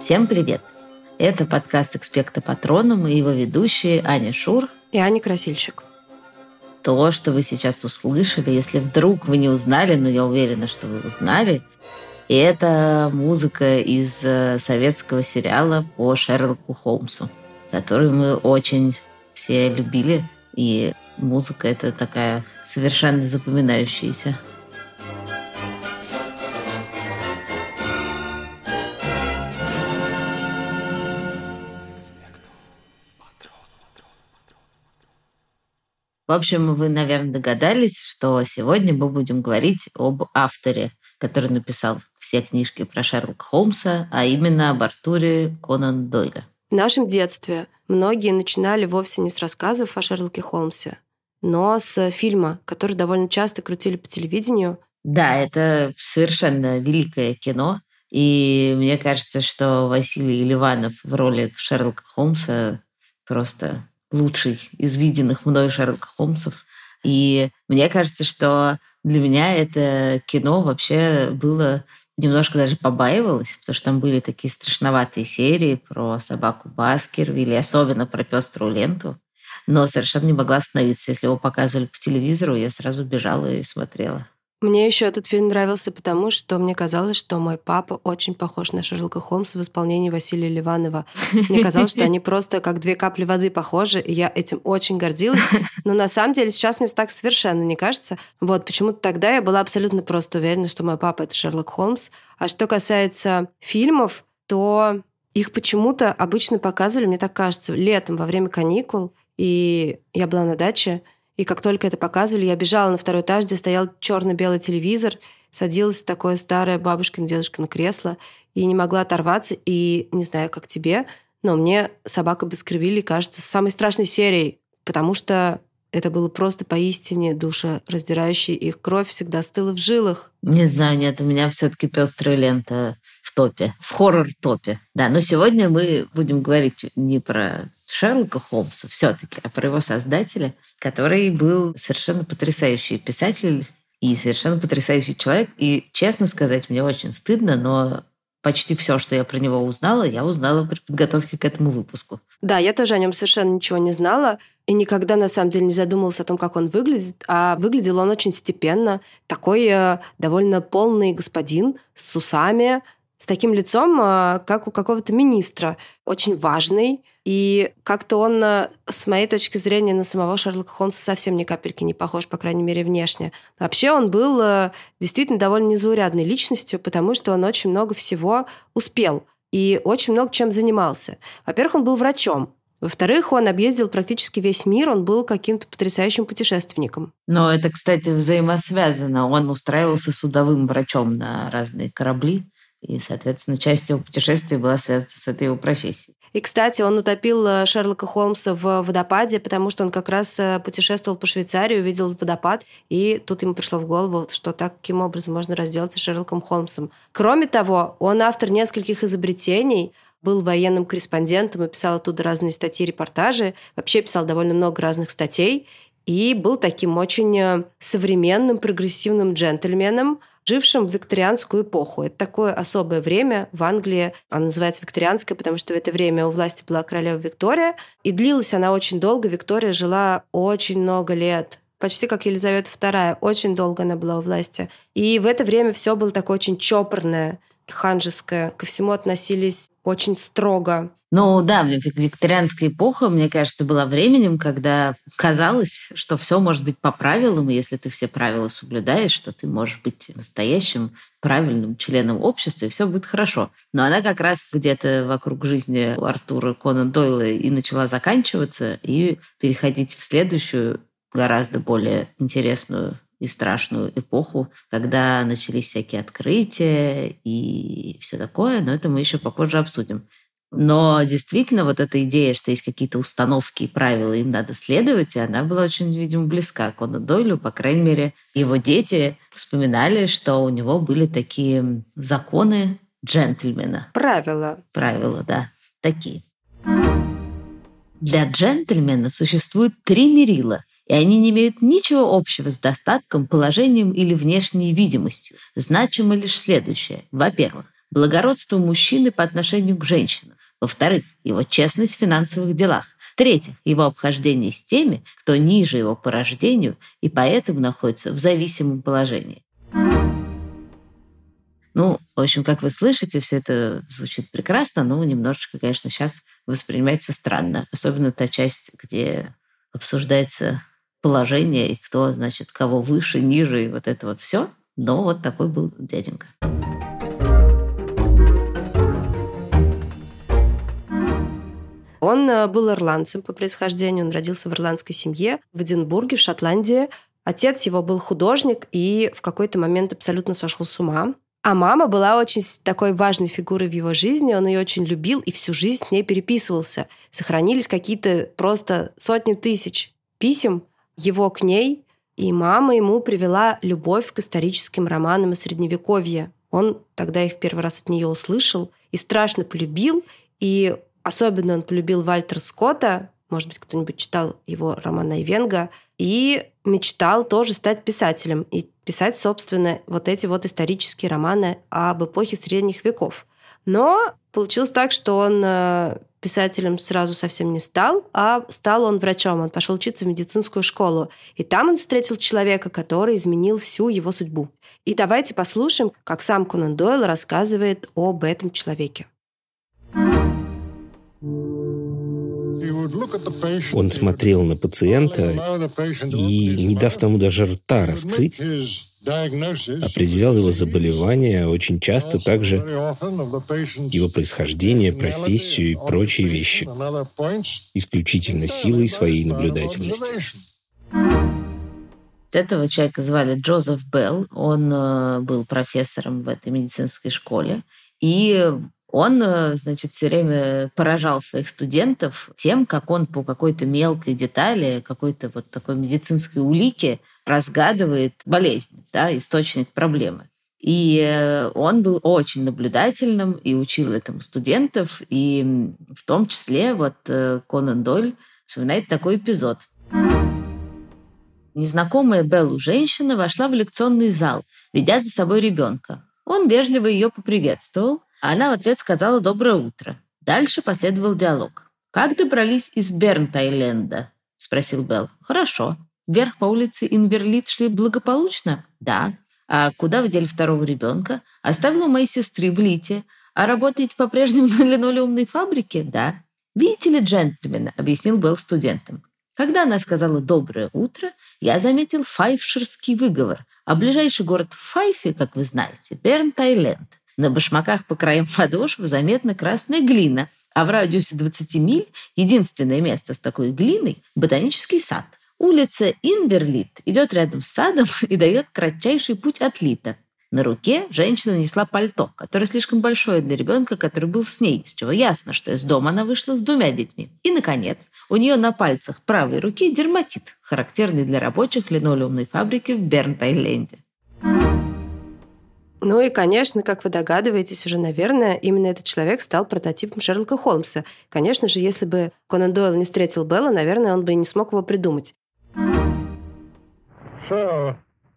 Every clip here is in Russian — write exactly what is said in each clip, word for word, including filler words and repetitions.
Всем привет! Это подкаст «Экспекто Патронум» и его ведущие Аня Шур и Аня Красильщик. То, что вы сейчас услышали, если вдруг вы не узнали, но я уверена, что вы узнали, это музыка из советского сериала по Шерлоку Холмсу, который мы очень все любили, и музыка эта такая совершенно запоминающаяся. В общем, вы, наверное, догадались, что сегодня мы будем говорить об авторе, который написал все книжки про Шерлока Холмса, а именно об Артуре Конан Дойле. В нашем детстве многие начинали вовсе не с рассказов о Шерлоке Холмсе, но с фильма, который довольно часто крутили по телевидению. Да, это совершенно великое кино, и мне кажется, что Василий Ливанов в роли Шерлока Холмса просто лучший из виденных мной Шерлока Холмсов. И мне кажется, что для меня это кино вообще было немножко даже побаивалось, потому что там были такие страшноватые серии про собаку Баскервилей, особенно про пеструю ленту. Но совершенно не могла остановиться. Если его показывали по телевизору, я сразу бежала и смотрела. Мне еще этот фильм нравился потому, что мне казалось, что мой папа очень похож на Шерлока Холмса в исполнении Василия Ливанова. Мне казалось, что они просто как две капли воды похожи, и я этим очень гордилась. Но на самом деле сейчас мне так совершенно не кажется. Вот почему-то тогда я была абсолютно просто уверена, что мой папа — это Шерлок Холмс. А что касается фильмов, то их почему-то обычно показывали, мне так кажется, летом во время каникул. И я была на даче, и как только это показывали, я бежала на второй этаж, где стоял черно-белый телевизор, садилась в такое старое бабушкино дедушкино кресло и не могла оторваться. И не знаю, как тебе, но мне «Собака Баскервилей» кажется самой страшной серией, потому что это было просто поистине душераздирающе. Их кровь всегда стыла в жилах. Не знаю, нет, у меня все-таки пестрая лента в топе, в хоррор-топе. Да, но сегодня мы будем говорить не про Шерлока Холмса все-таки, а про его создателя, который был совершенно потрясающий писатель и совершенно потрясающий человек. И, честно сказать, мне очень стыдно, но почти все, что я про него узнала, я узнала при подготовке к этому выпуску. Да, я тоже о нем совершенно ничего не знала и никогда, на самом деле, не задумывалась о том, как он выглядит. А выглядел он очень степенно. Такой э, довольно полный господин с усами, с таким лицом, э, как у какого-то министра. Очень важный. И как-то он, с моей точки зрения, на самого Шерлока Холмса совсем ни капельки не похож, по крайней мере, внешне. Вообще он был действительно довольно незаурядной личностью, потому что он очень много всего успел и очень много чем занимался. Во-первых, он был врачом. Во-вторых, он объездил практически весь мир, он был каким-то потрясающим путешественником. Но это, кстати, взаимосвязано. Он устраивался судовым врачом на разные корабли, и, соответственно, часть его путешествия была связана с этой его профессией. И, кстати, он утопил Шерлока Холмса в водопаде, потому что он как раз путешествовал по Швейцарии, увидел водопад, и тут ему пришло в голову, что таким образом можно разделаться с Шерлоком Холмсом. Кроме того, он автор нескольких изобретений, был военным корреспондентом и писал оттуда разные статьи, репортажи, вообще писал довольно много разных статей, и был таким очень современным, прогрессивным джентльменом, жившим в викторианскую эпоху. Это такое особое время в Англии. Она называется викторианская, потому что в это время у власти была королева Виктория. И длилась она очень долго. Виктория жила очень много лет. Почти как Елизавета вторая. Очень долго она была у власти. И в это время все было такое очень чопорное, ханжеское. Ко всему относились очень строго. Ну да, викторианская эпоха, мне кажется, была временем, когда казалось, что все может быть по правилам, и если ты все правила соблюдаешь, что ты можешь быть настоящим правильным членом общества, и все будет хорошо. Но она как раз где-то вокруг жизни Артура Конан Дойла и начала заканчиваться, и переходить в следующую, гораздо более интересную и страшную эпоху, когда начались всякие открытия и все такое, но это мы еще попозже обсудим. Но действительно вот эта идея, что есть какие-то установки и правила, им надо следовать, и она была очень, видимо, близка к Конану Дойлю. По крайней мере, его дети вспоминали, что у него были такие законы джентльмена. Правила. Правила, да, такие. Для джентльмена существует три мерила, и они не имеют ничего общего с достатком, положением или внешней видимостью. Значимо лишь следующее. Во-первых, благородство мужчины по отношению к женщинам. Во-вторых, его честность в финансовых делах. В-третьих, его обхождение с теми, кто ниже его по рождению и поэтому находится в зависимом положении. Ну, в общем, как вы слышите, все это звучит прекрасно, но немножечко, конечно, сейчас воспринимается странно. Особенно та часть, где обсуждается положение и кто, значит, кого выше, ниже, и вот это вот все. Но вот такой был дяденька. Он был ирландцем по происхождению, он родился в ирландской семье в Эдинбурге, в Шотландии. Отец его был художник и в какой-то момент абсолютно сошел с ума. А мама была очень такой важной фигурой в его жизни, он ее очень любил и всю жизнь с ней переписывался. Сохранились какие-то просто сотни тысяч писем его к ней, и мама ему привела любовь к историческим романам из Средневековья. Он тогда их в первый раз от нее услышал и страшно полюбил, и особенно он полюбил Вальтера Скотта, может быть, кто-нибудь читал его роман «Айвенго», и мечтал тоже стать писателем и писать, собственно, вот эти вот исторические романы об эпохе средних веков. Но получилось так, что он писателем сразу совсем не стал, а стал он врачом. Он пошел учиться в медицинскую школу. И там он встретил человека, который изменил всю его судьбу. И давайте послушаем, как сам Конан Дойл рассказывает об этом человеке. Он смотрел на пациента и, не дав тому даже рта раскрыть, определял его заболевания, очень часто также его происхождение, профессию и прочие вещи, исключительно силой своей наблюдательности. Этого человека звали Джозеф Белл. Он был профессором в этой медицинской школе. И он, значит, все время поражал своих студентов тем, как он по какой-то мелкой детали, какой-то вот такой медицинской улике разгадывает болезнь, да, источник проблемы. И он был очень наблюдательным и учил этому студентов. И в том числе вот Конан Дойль вспоминает такой эпизод. Незнакомая Беллу женщина вошла в лекционный зал, ведя за собой ребенка. Он вежливо ее поприветствовал, а она в ответ сказала «доброе утро». Дальше последовал диалог. «Как добрались из Бернтайленда?» – спросил Белл. «Хорошо. Вверх по улице Инверлит шли благополучно?» «Да». «А куда вы дели второго ребенка?» «Оставила у моей сестры в Лите. А работаете по-прежнему на линолеумной фабрике?» «Да». «Видите ли, джентльмена», – объяснил Белл студентам. «Когда она сказала «доброе утро», я заметил файфширский выговор. А ближайший город в Файфе, как вы знаете, Бернтайленд. На башмаках по краям подошв заметна красная глина, а в радиусе двадцати миль единственное место с такой глиной – ботанический сад. Улица Инверлит идет рядом с садом и дает кратчайший путь от Лита. На руке женщина несла пальто, которое слишком большое для ребенка, который был с ней, с чего ясно, что из дома она вышла с двумя детьми. И, наконец, у нее на пальцах правой руки дерматит, характерный для рабочих линолеумной фабрики в Бернтайленде. Ну и, конечно, как вы догадываетесь уже, наверное, именно этот человек стал прототипом Шерлока Холмса. Конечно же, если бы Конан Дойл не встретил Белла, наверное, он бы и не смог его придумать. So,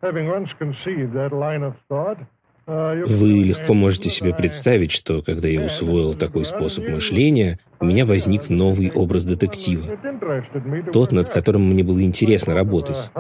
Вы легко можете себе представить, что, когда я усвоил такой способ мышления, у меня возник новый образ детектива. Тот, над которым мне было интересно работать.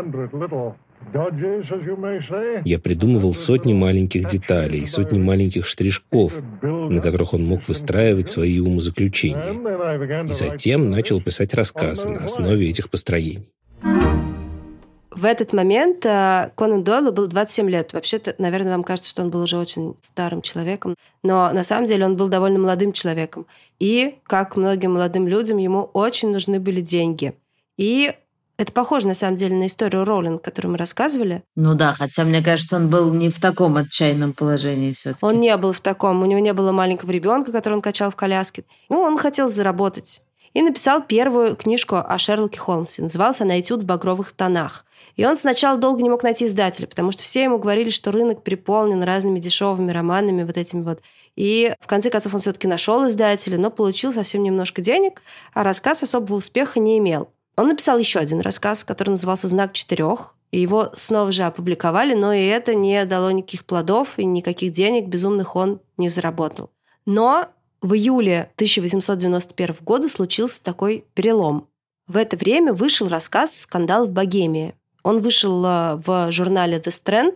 Я придумывал сотни маленьких деталей, сотни маленьких штришков, на которых он мог выстраивать свои умозаключения. И затем начал писать рассказы на основе этих построений. В этот момент Конан Дойлу было двадцать семь лет. Вообще-то, наверное, вам кажется, что он был уже очень старым человеком, но на самом деле он был довольно молодым человеком. И, как многим молодым людям, ему очень нужны были деньги. И это похоже, на самом деле, на историю Роулинг, которую мы рассказывали. Ну да, хотя, мне кажется, он был не в таком отчаянном положении все-таки. Он не был в таком. У него не было маленького ребенка, которого он качал в коляске. Ну, он хотел заработать. И написал первую книжку о Шерлоке Холмсе. Называлась она «Этюд в багровых тонах». И он сначала долго не мог найти издателя, потому что все ему говорили, что рынок переполнен разными дешевыми романами, вот этими вот. И в конце концов он все-таки нашел издателя, но получил совсем немножко денег, а рассказ особого успеха не имел. Он написал еще один рассказ, который назывался «Знак четырех». и его снова же опубликовали, но и это не дало никаких плодов, и никаких денег безумных он не заработал. Но в июле тысяча восемьсот девяносто первого года случился такой перелом. В это время вышел рассказ «Скандал в Богемии». Он вышел в журнале The Strand,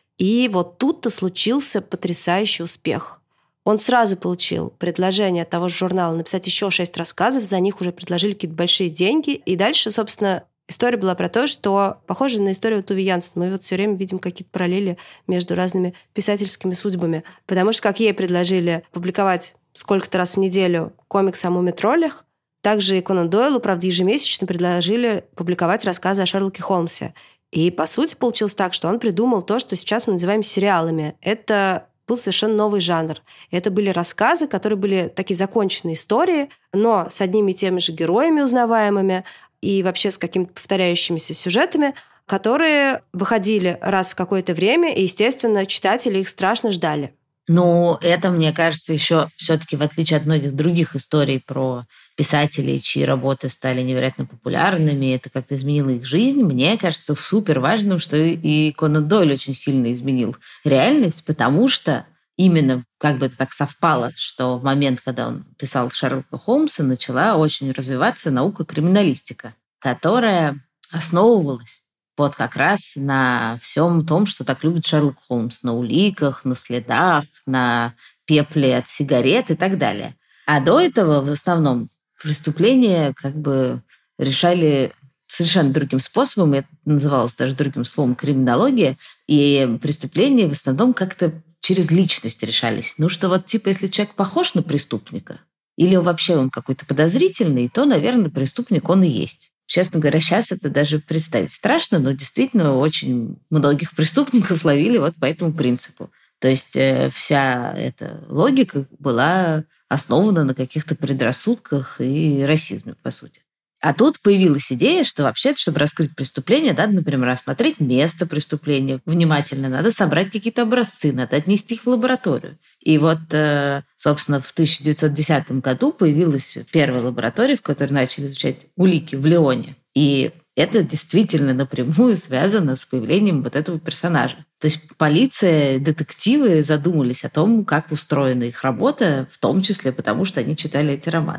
и вот тут-то случился потрясающий успех. Он сразу получил предложение от того же журнала написать еще шесть рассказов, за них уже предложили какие-то большие деньги, и дальше, собственно, история была про то, что похоже на историю Туве Янсен. Мы вот все время видим какие-то параллели между разными писательскими судьбами. Потому что как ей предложили публиковать сколько-то раз в неделю комикс о муми-троллях, также и Конан Дойлу, правда, ежемесячно предложили публиковать рассказы о Шерлоке Холмсе. И, по сути, получилось так, что он придумал то, что сейчас мы называем сериалами. Это был совершенно новый жанр. Это были рассказы, которые были такие законченные истории, но с одними и теми же героями узнаваемыми и вообще с какими-то повторяющимися сюжетами, которые выходили раз в какое-то время, и, естественно, читатели их страшно ждали. Ну, это, мне кажется, еще все-таки в отличие от многих других историй про писателей, чьи работы стали невероятно популярными, это как-то изменило их жизнь. Мне кажется супер важным, что и Конан Дойль очень сильно изменил реальность, потому что именно как бы это так совпало, что в момент, когда он писал Шерлока Холмса, начала очень развиваться наука-криминалистика, которая основывалась вот как раз на всем том, что так любит Шерлок Холмс, на уликах, на следах, на пепле от сигарет и так далее. А до этого в основном преступления как бы решали совершенно другим способом, это называлось даже другим словом криминология, и преступления в основном как-то через личность решались. Ну что вот типа если человек похож на преступника, или вообще он какой-то подозрительный, то, наверное, преступник он и есть. Честно говоря, сейчас это даже представить страшно, но действительно очень многих преступников ловили вот по этому принципу. То есть э, вся эта логика была основана на каких-то предрассудках и расизме, по сути. А тут появилась идея, что вообще-то, чтобы раскрыть преступление, надо, например, осмотреть место преступления внимательно, надо собрать какие-то образцы, надо отнести их в лабораторию. И вот, собственно, в тысяча девятьсот десятом году появилась первая лаборатория, в которой начали изучать улики в Лионе. И это действительно напрямую связано с появлением вот этого персонажа. То есть полиция, детективы задумались о том, как устроена их работа, в том числе потому, что они читали эти романы.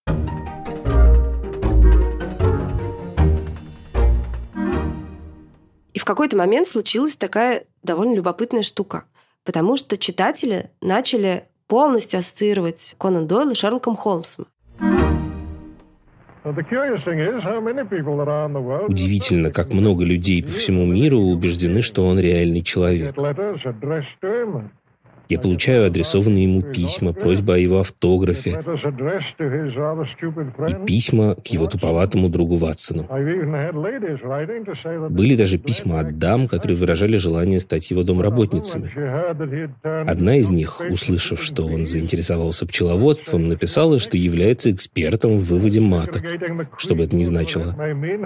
И в какой-то момент случилась такая довольно любопытная штука, потому что читатели начали полностью ассоциировать Конан Дойла с Шерлоком Холмсом. Удивительно, как много людей по всему миру убеждены, что он реальный человек. Я получаю адресованные ему письма, просьбы о его автографе и письма к его туповатому другу Ватсону. Были даже письма от дам, которые выражали желание стать его домработницами. Одна из них, услышав, что он заинтересовался пчеловодством, написала, что является экспертом в выводе маток, что бы это ни значило.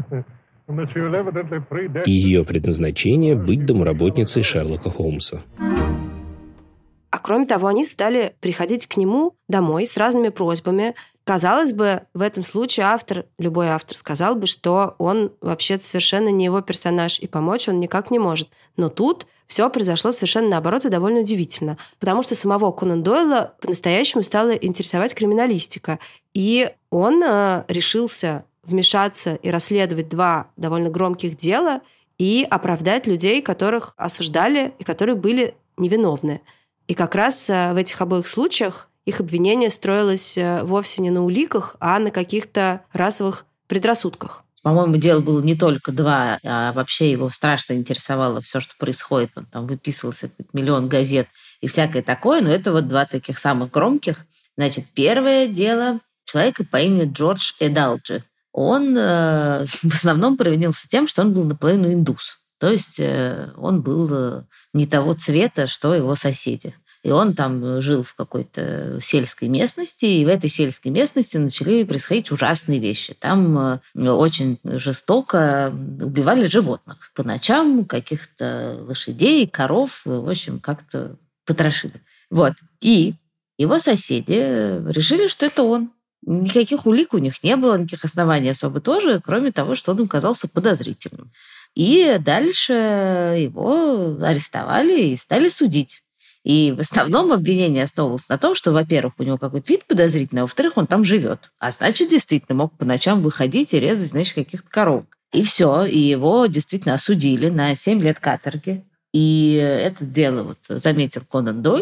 И ее предназначение — быть домработницей Шерлока Холмса. А кроме того, они стали приходить к нему домой с разными просьбами. Казалось бы, в этом случае автор, любой автор сказал бы, что он вообще-то совершенно не его персонаж, и помочь он никак не может. Но тут все произошло совершенно наоборот и довольно удивительно, потому что самого Конан Дойла по-настоящему стала интересовать криминалистика. И он э, решился вмешаться и расследовать два довольно громких дела и оправдать людей, которых осуждали и которые были невиновны. И как раз в этих обоих случаях их обвинение строилось вовсе не на уликах, а на каких-то расовых предрассудках. По-моему, дело было не только два, а вообще его страшно интересовало все, что происходит. Он там выписывался миллион газет и всякое такое, но это вот два таких самых громких. Значит, первое дело человека по имени Джордж Эдалджи. Он э, в основном провинился тем, что он был наполовину индус. То есть он был не того цвета, что его соседи. И он там жил в какой-то сельской местности, и в этой сельской местности начали происходить ужасные вещи. Там очень жестоко убивали животных. По ночам каких-то лошадей, коров, в общем, как-то потрошили. Вот. И его соседи решили, что это он. Никаких улик у них не было, никаких оснований особо тоже, кроме того, что он им казался подозрительным. И дальше его арестовали и стали судить. И в основном обвинение основывалось на том, что, во-первых, у него какой-то вид подозрительный, а во-вторых, он там живет. А значит, действительно мог по ночам выходить и резать, значит, каких-то коров. И все, и его действительно осудили на семь лет каторги. И это дело вот заметил Конан Дойль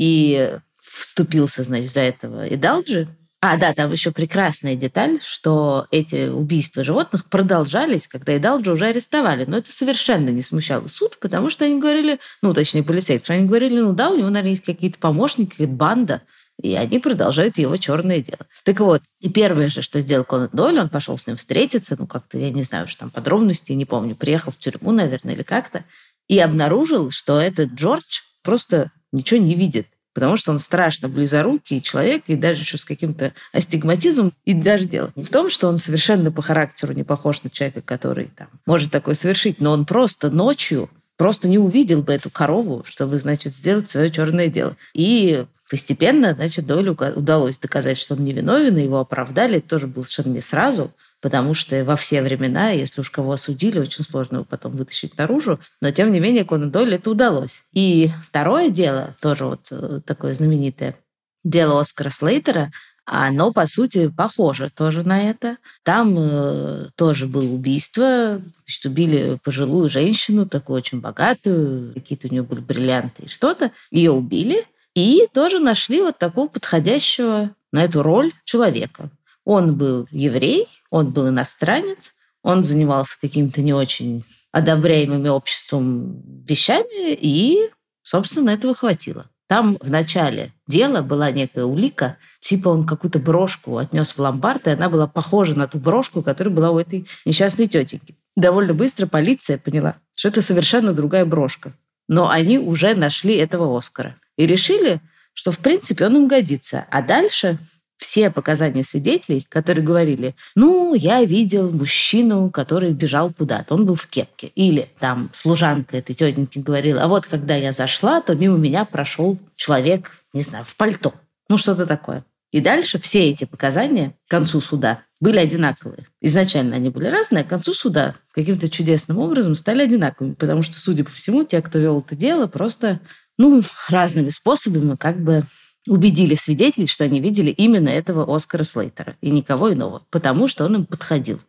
и вступился, значит, за этого Эдалджи. А, да, там еще прекрасная деталь, что эти убийства животных продолжались, когда Эдалджи уже арестовали. Но это совершенно не смущало суд, потому что они говорили, ну, точнее, полицейские, потому что они говорили, ну да, у него, наверное, есть какие-то помощники, какая-то банда, и они продолжают его черное дело. Так вот, и первое же, что сделал Конан Дойль, он пошел с ним встретиться, ну, как-то, я не знаю, что там подробности, не помню, приехал в тюрьму, наверное, или как-то, и обнаружил, что этот Джордж просто ничего не видит. Потому что он страшно близорукий человек, и даже еще с каким-то астигматизмом. И даже дело не в том, что он совершенно по характеру не похож на человека, который там может такое совершить, но он просто ночью просто не увидел бы эту корову, чтобы, значит, сделать свое черное дело. И постепенно, значит, Дойлю удалось доказать, что он невиновен, и его оправдали. Это тоже было совершенно не сразу, потому что во все времена, если уж кого осудили, очень сложно его потом вытащить наружу. Но, тем не менее, Конан Дойлю это удалось. И второе дело, тоже вот такое знаменитое, дело Оскара Слейтера, оно, по сути, похоже тоже на это. Там э, тоже было убийство. Значит, убили пожилую женщину, такую очень богатую, какие-то у нее были бриллианты и что-то. Ее убили, и тоже нашли вот такого подходящего на эту роль человека. Он был еврей, он был иностранец, он занимался какими-то не очень одобряемыми обществом вещами, и, собственно, этого хватило. Там в начале дела была некая улика, типа он какую-то брошку отнес в ломбард, и она была похожа на ту брошку, которая была у этой несчастной тетеньки. Довольно быстро полиция поняла, что это совершенно другая брошка. Но они уже нашли этого Оскара и решили, что, в принципе, он им годится. А дальше все показания свидетелей, которые говорили, ну, я видел мужчину, который бежал куда-то, он был в кепке. Или там служанка этой тетеньки говорила, а вот когда я зашла, то мимо меня прошел человек, не знаю, в пальто. Ну, что-то такое. И дальше все эти показания к концу суда были одинаковые. Изначально они были разные, а к концу суда каким-то чудесным образом стали одинаковыми, потому что, судя по всему, те, кто вел это дело, просто, ну, разными способами как бы убедили свидетелей, что они видели именно этого Оскара Слейтера и никого иного, потому что он им подходил.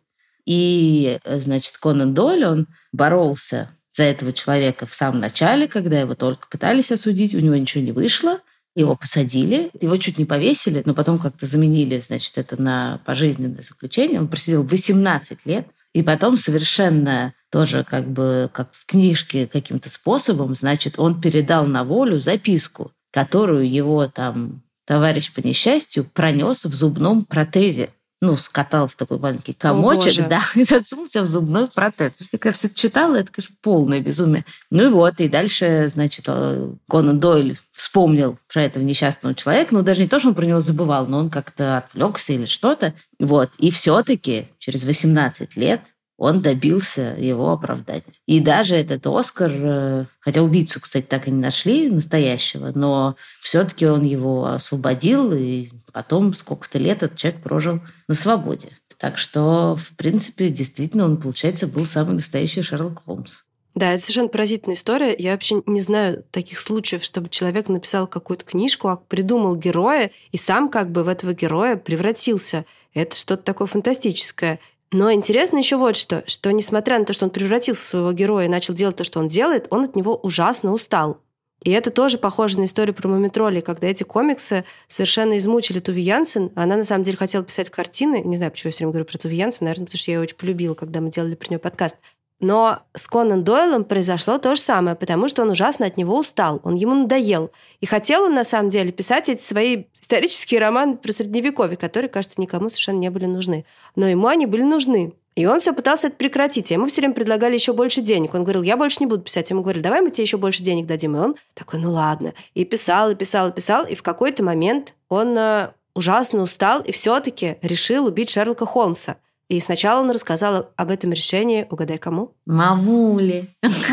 И, значит, Конан Дойль, он боролся за этого человека в самом начале, когда его только пытались осудить, у него ничего не вышло, его посадили, его чуть не повесили, но потом как-то заменили, значит, это на пожизненное заключение. Он просидел восемнадцать лет, и потом совершенно тоже как бы как в книжке каким-то способом, значит, он передал на волю записку, которую его там товарищ по несчастью пронес в зубном протезе. Ну, скатал в такой маленький комочек, да, и засунул себя в зубной протез. Я все это читала, это, конечно, полное безумие. Ну и вот, и дальше, значит, Конан Дойль вспомнил про этого несчастного человека, ну, даже не то, что он про него забывал, но он как-то отвлекся или что-то. Вот, и все-таки через восемнадцать лет он добился его оправдания. И даже этот Оскар, хотя убийцу, кстати, так и не нашли настоящего, но все-таки он его освободил, и потом сколько-то лет этот человек прожил на свободе. Так что, в принципе, действительно, он, получается, был самый настоящий Шерлок Холмс. Да, это совершенно поразительная история. Я вообще не знаю таких случаев, чтобы человек написал какую-то книжку, а придумал героя и сам как бы в этого героя превратился. Это что-то такое фантастическое. Но интересно еще вот что, что несмотря на то, что он превратился в своего героя и начал делать то, что он делает, он от него ужасно устал. И это тоже похоже на историю про Мумитроллей, когда эти комиксы совершенно измучили Туви Янсен. Она, на самом деле, хотела писать картины. Не знаю, почему я все время говорю про Туви Янсен, наверное, потому что я ее очень полюбила, когда мы делали про нее подкаст. Но с Конан Дойлом произошло то же самое, потому что он ужасно от него устал, он ему надоел. И хотел он, на самом деле, писать эти свои исторические романы про Средневековье, которые, кажется, никому совершенно не были нужны. Но ему они были нужны. И он все пытался это прекратить. А ему все время предлагали еще больше денег. Он говорил, я больше не буду писать. Ему говорили, давай мы тебе еще больше денег дадим. И он такой, ну ладно. И писал, и писал, и писал. И в какой-то момент он ужасно устал и все-таки решил убить Шерлока Холмса. И сначала он рассказал об этом решении, угадай, кому? Мамуле.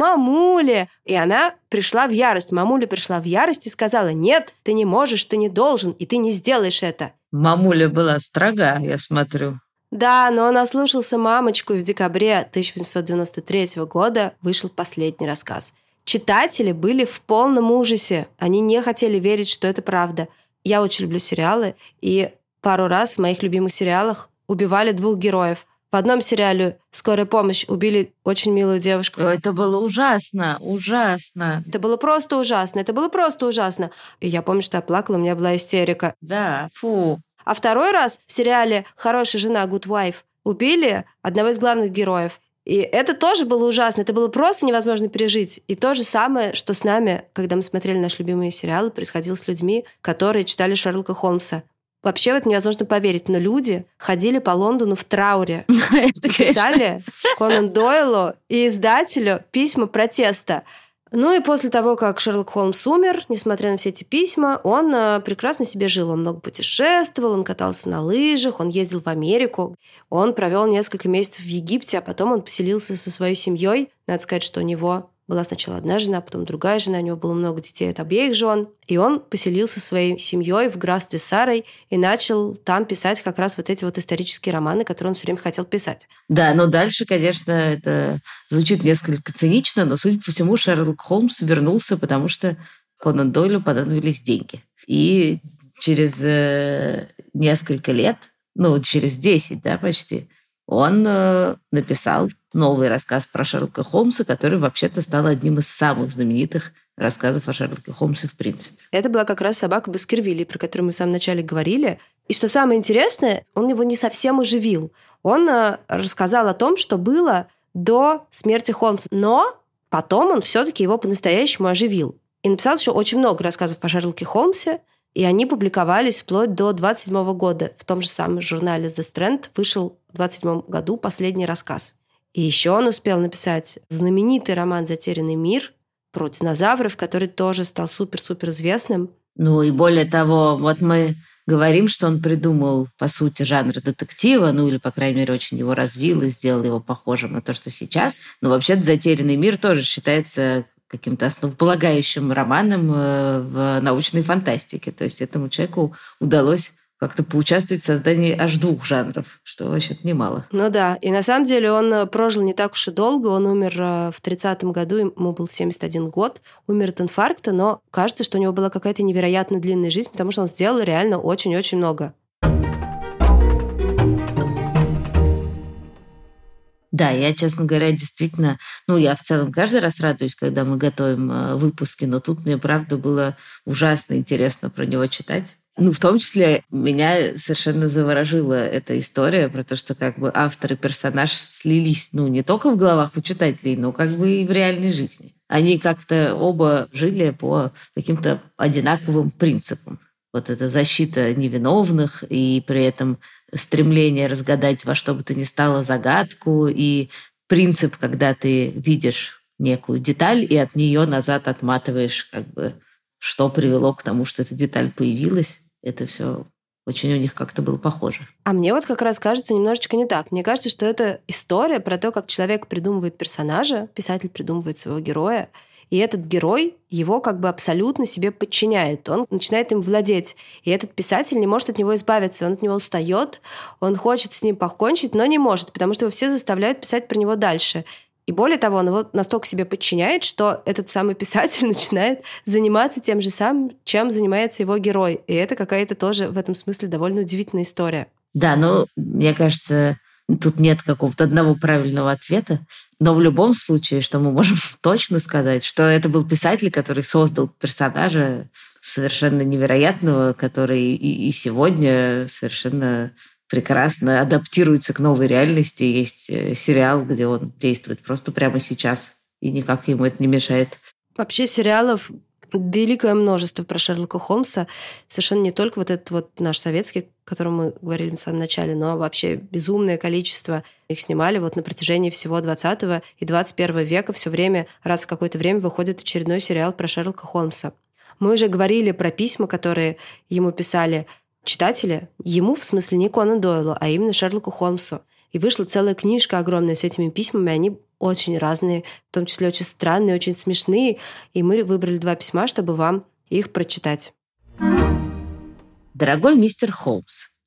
Мамуле. И она пришла в ярость. Мамуля пришла в ярость и сказала, нет, ты не можешь, ты не должен, и ты не сделаешь это. Мамуля была строга, я смотрю. Да, но он ослушался мамочку, и в декабре тысяча восемьсот девяносто третьего года вышел последний рассказ. Читатели были в полном ужасе. Они не хотели верить, что это правда. Я очень люблю сериалы, и пару раз в моих любимых сериалах убивали двух героев. В одном сериале «Скорая помощь» убили очень милую девушку. Это было ужасно, ужасно. Это было просто ужасно, это было просто ужасно. И я помню, что я плакала, у меня была истерика. Да, фу. А второй раз в сериале «Хорошая жена» Good Wife убили одного из главных героев. И это тоже было ужасно, это было просто невозможно пережить. И то же самое, что с нами, когда мы смотрели наши любимые сериалы, происходило с людьми, которые читали Шерлока Холмса. Вообще в это невозможно поверить, но люди ходили по Лондону в трауре. Писали Конан Дойлу и издателю письма протеста. Ну и после того, как Шерлок Холмс умер, несмотря на все эти письма, он прекрасно себе жил. Он много путешествовал, он катался на лыжах, он ездил в Америку. Он провел несколько месяцев в Египте, а потом он поселился со своей семьей. Надо сказать, что у него была сначала одна жена, потом другая жена, у него было много детей от обеих жен. И он поселился со своей семьей в графстве Сарой и начал там писать как раз вот эти вот исторические романы, которые он все время хотел писать. Да, но дальше, конечно, это звучит несколько цинично, но, судя по всему, Шерлок Холмс вернулся, потому что Конан Дойлю понадобились деньги. И через э, несколько лет, ну, через десять, да, почти, он э, написал новый рассказ про Шерлока Холмса, который вообще-то стал одним из самых знаменитых рассказов о Шерлоке Холмсе в принципе. Это была как раз «Собака Баскервилей», про которую мы в самом начале говорили. И что самое интересное, он его не совсем оживил. Он э, рассказал о том, что было до смерти Холмса. Но потом он все-таки его по-настоящему оживил. И написал еще очень много рассказов о Шерлоке Холмсе, и они публиковались вплоть до двадцать седьмого года. В том же самом журнале The Strand вышел в двадцать седьмом году последний рассказ. И еще он успел написать знаменитый роман «Затерянный мир» про динозавров, который тоже стал супер-супер известным. Ну и более того, вот мы говорим, что он придумал, по сути, жанр детектива, ну или, по крайней мере, очень его развил и сделал его похожим на то, что сейчас. Но вообще-то «Затерянный мир» тоже считается каким-то основополагающим романом в научной фантастике. То есть этому человеку удалось как-то поучаствовать в создании аж двух жанров, что вообще-то немало. Ну да, и на самом деле он прожил не так уж и долго. Он умер в тридцатом году, ему был семьдесят один год, умер от инфаркта, но кажется, что у него была какая-то невероятно длинная жизнь, потому что он сделал реально очень-очень много. Да, я, честно говоря, действительно... Ну, я в целом каждый раз радуюсь, когда мы готовим выпуски, но тут мне, правда, было ужасно интересно про него читать. Ну, в том числе меня совершенно заворожила эта история про то, что как бы автор и персонаж слились, ну, не только в головах у читателей, но как бы и в реальной жизни. Они как-то оба жили по каким-то одинаковым принципам. Вот эта защита невиновных и при этом стремление разгадать во что бы то ни стало загадку и принцип, когда ты видишь некую деталь и от нее назад отматываешь, как бы, что привело к тому, что эта деталь появилась. Это все очень у них как-то было похоже. А мне вот как раз кажется немножечко не так. Мне кажется, что это история про то, как человек придумывает персонажа, писатель придумывает своего героя, и этот герой его как бы абсолютно себе подчиняет. Он начинает им владеть. И этот писатель не может от него избавиться. Он от него устает, он хочет с ним покончить, но не может, потому что его все заставляют писать про него дальше. И более того, он его настолько себе подчиняет, что этот самый писатель начинает заниматься тем же самым, чем занимается его герой. И это какая-то тоже в этом смысле довольно удивительная история. Да, ну, мне кажется, тут нет какого-то одного правильного ответа. Но в любом случае, что мы можем точно сказать, что это был писатель, который создал персонажа совершенно невероятного, который и сегодня совершенно прекрасно адаптируется к новой реальности. Есть сериал, где он действует просто прямо сейчас, и никак ему это не мешает. Вообще сериалов великое множество про Шерлока Холмса. Совершенно не только вот этот вот наш советский, о котором мы говорили в самом начале, но вообще безумное количество. Их снимали вот на протяжении всего двадцатого и двадцать первого века. Все время, раз в какое-то время выходит очередной сериал про Шерлока Холмса. Мы уже говорили про письма, которые ему писали читатели. Ему, в смысле, не Конан Дойлу, а именно Шерлоку Холмсу. И вышла целая книжка огромная с этими письмами. Они очень разные, в том числе очень странные, очень смешные. И мы выбрали два письма, чтобы вам их прочитать. Дорогой мистер Холмс,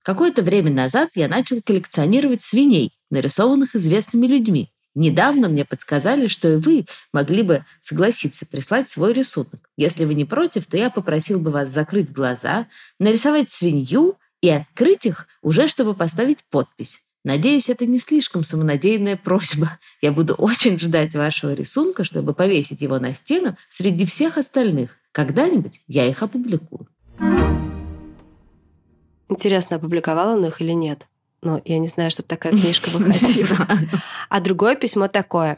Какое-то время назад я начал коллекционировать свиней, нарисованных известными людьми. Недавно мне подсказали, что и вы могли бы согласиться прислать свой рисунок. Если вы не против, то я попросил бы вас закрыть глаза, нарисовать свинью и открыть их уже, чтобы поставить подпись. Надеюсь, это не слишком самонадеянная просьба. Я буду очень ждать вашего рисунка, чтобы повесить его на стену среди всех остальных. Когда-нибудь я их опубликую. Интересно, опубликовал он их или нет? Но я не знаю, чтобы такая книжка выходила. А другое письмо такое.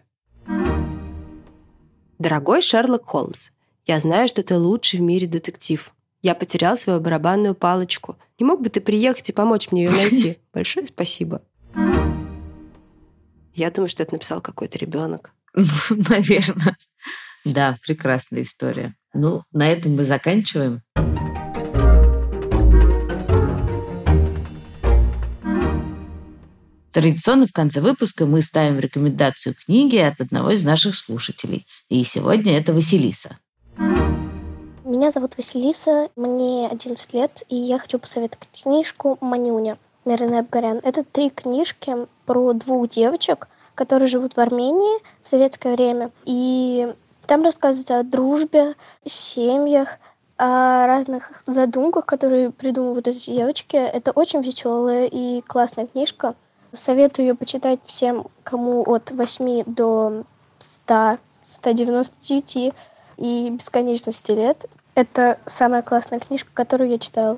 «Дорогой Шерлок Холмс, я знаю, что ты лучший в мире детектив. Я потерял свою барабанную палочку. Не мог бы ты приехать и помочь мне ее найти? Большое спасибо». Я думаю, что это написал какой-то ребенок. Наверное. Да, прекрасная история. Ну, на этом мы заканчиваем. Традиционно в конце выпуска мы ставим рекомендацию книги от одного из наших слушателей. И сегодня это Василиса. Меня зовут Василиса, мне одиннадцать лет, и я хочу посоветовать книжку «Манюня» Нарине Абгарян. Это три книжки про двух девочек, которые живут в Армении в советское время. И там рассказывается о дружбе, семьях, о разных задумках, которые придумывают эти девочки. Это очень веселая и классная книжка. Советую ее почитать всем, кому от восьми до ста, ста девяноста девяти и бесконечности лет. Это самая классная книжка, которую я читала.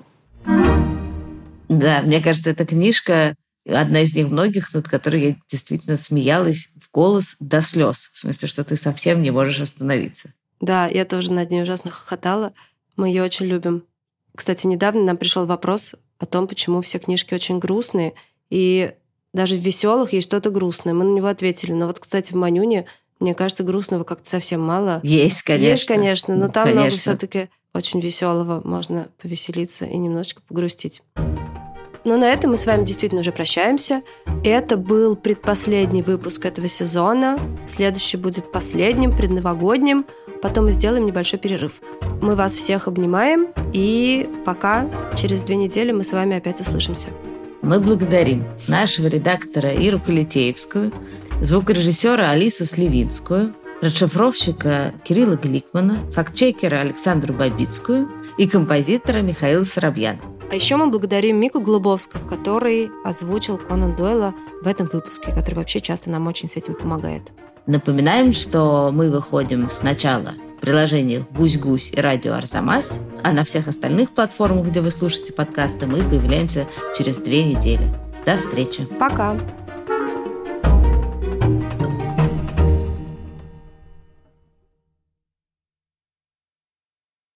Да, мне кажется, эта книжка одна из них многих, над которой я действительно смеялась в голос до слез. В смысле, что ты совсем не можешь остановиться. Да, я тоже над ней ужасно хохотала. Мы ее очень любим. Кстати, недавно нам пришел вопрос о том, почему все книжки очень грустные, и даже в веселых есть что-то грустное. Мы на него ответили. Но вот, кстати, в «Манюне», мне кажется, грустного как-то совсем мало. Есть, конечно. Есть, конечно, но там конечно. много все-таки очень веселого. Можно повеселиться и немножечко погрустить. Но на этом мы с вами действительно уже прощаемся. Это был предпоследний выпуск этого сезона. Следующий будет последним, предновогодним. Потом мы сделаем небольшой перерыв. Мы вас всех обнимаем. И пока, через две недели мы с вами опять услышимся. Мы благодарим нашего редактора Иру Калитеевскую, звукорежиссера Алису Сливинскую, расшифровщика Кирилла Гликмана, фактчекера Александру Бабицкую и композитора Михаила Соробьяна. А еще мы благодарим Мику Голубовского, который озвучил Конан Дойла в этом выпуске, который вообще часто нам очень с этим помогает. Напоминаем, что мы выходим сначала в приложениях «Гусь-Гусь» и «Радио Арзамас», а на всех остальных платформах, где вы слушаете подкасты, мы появляемся через две недели. До встречи. Пока!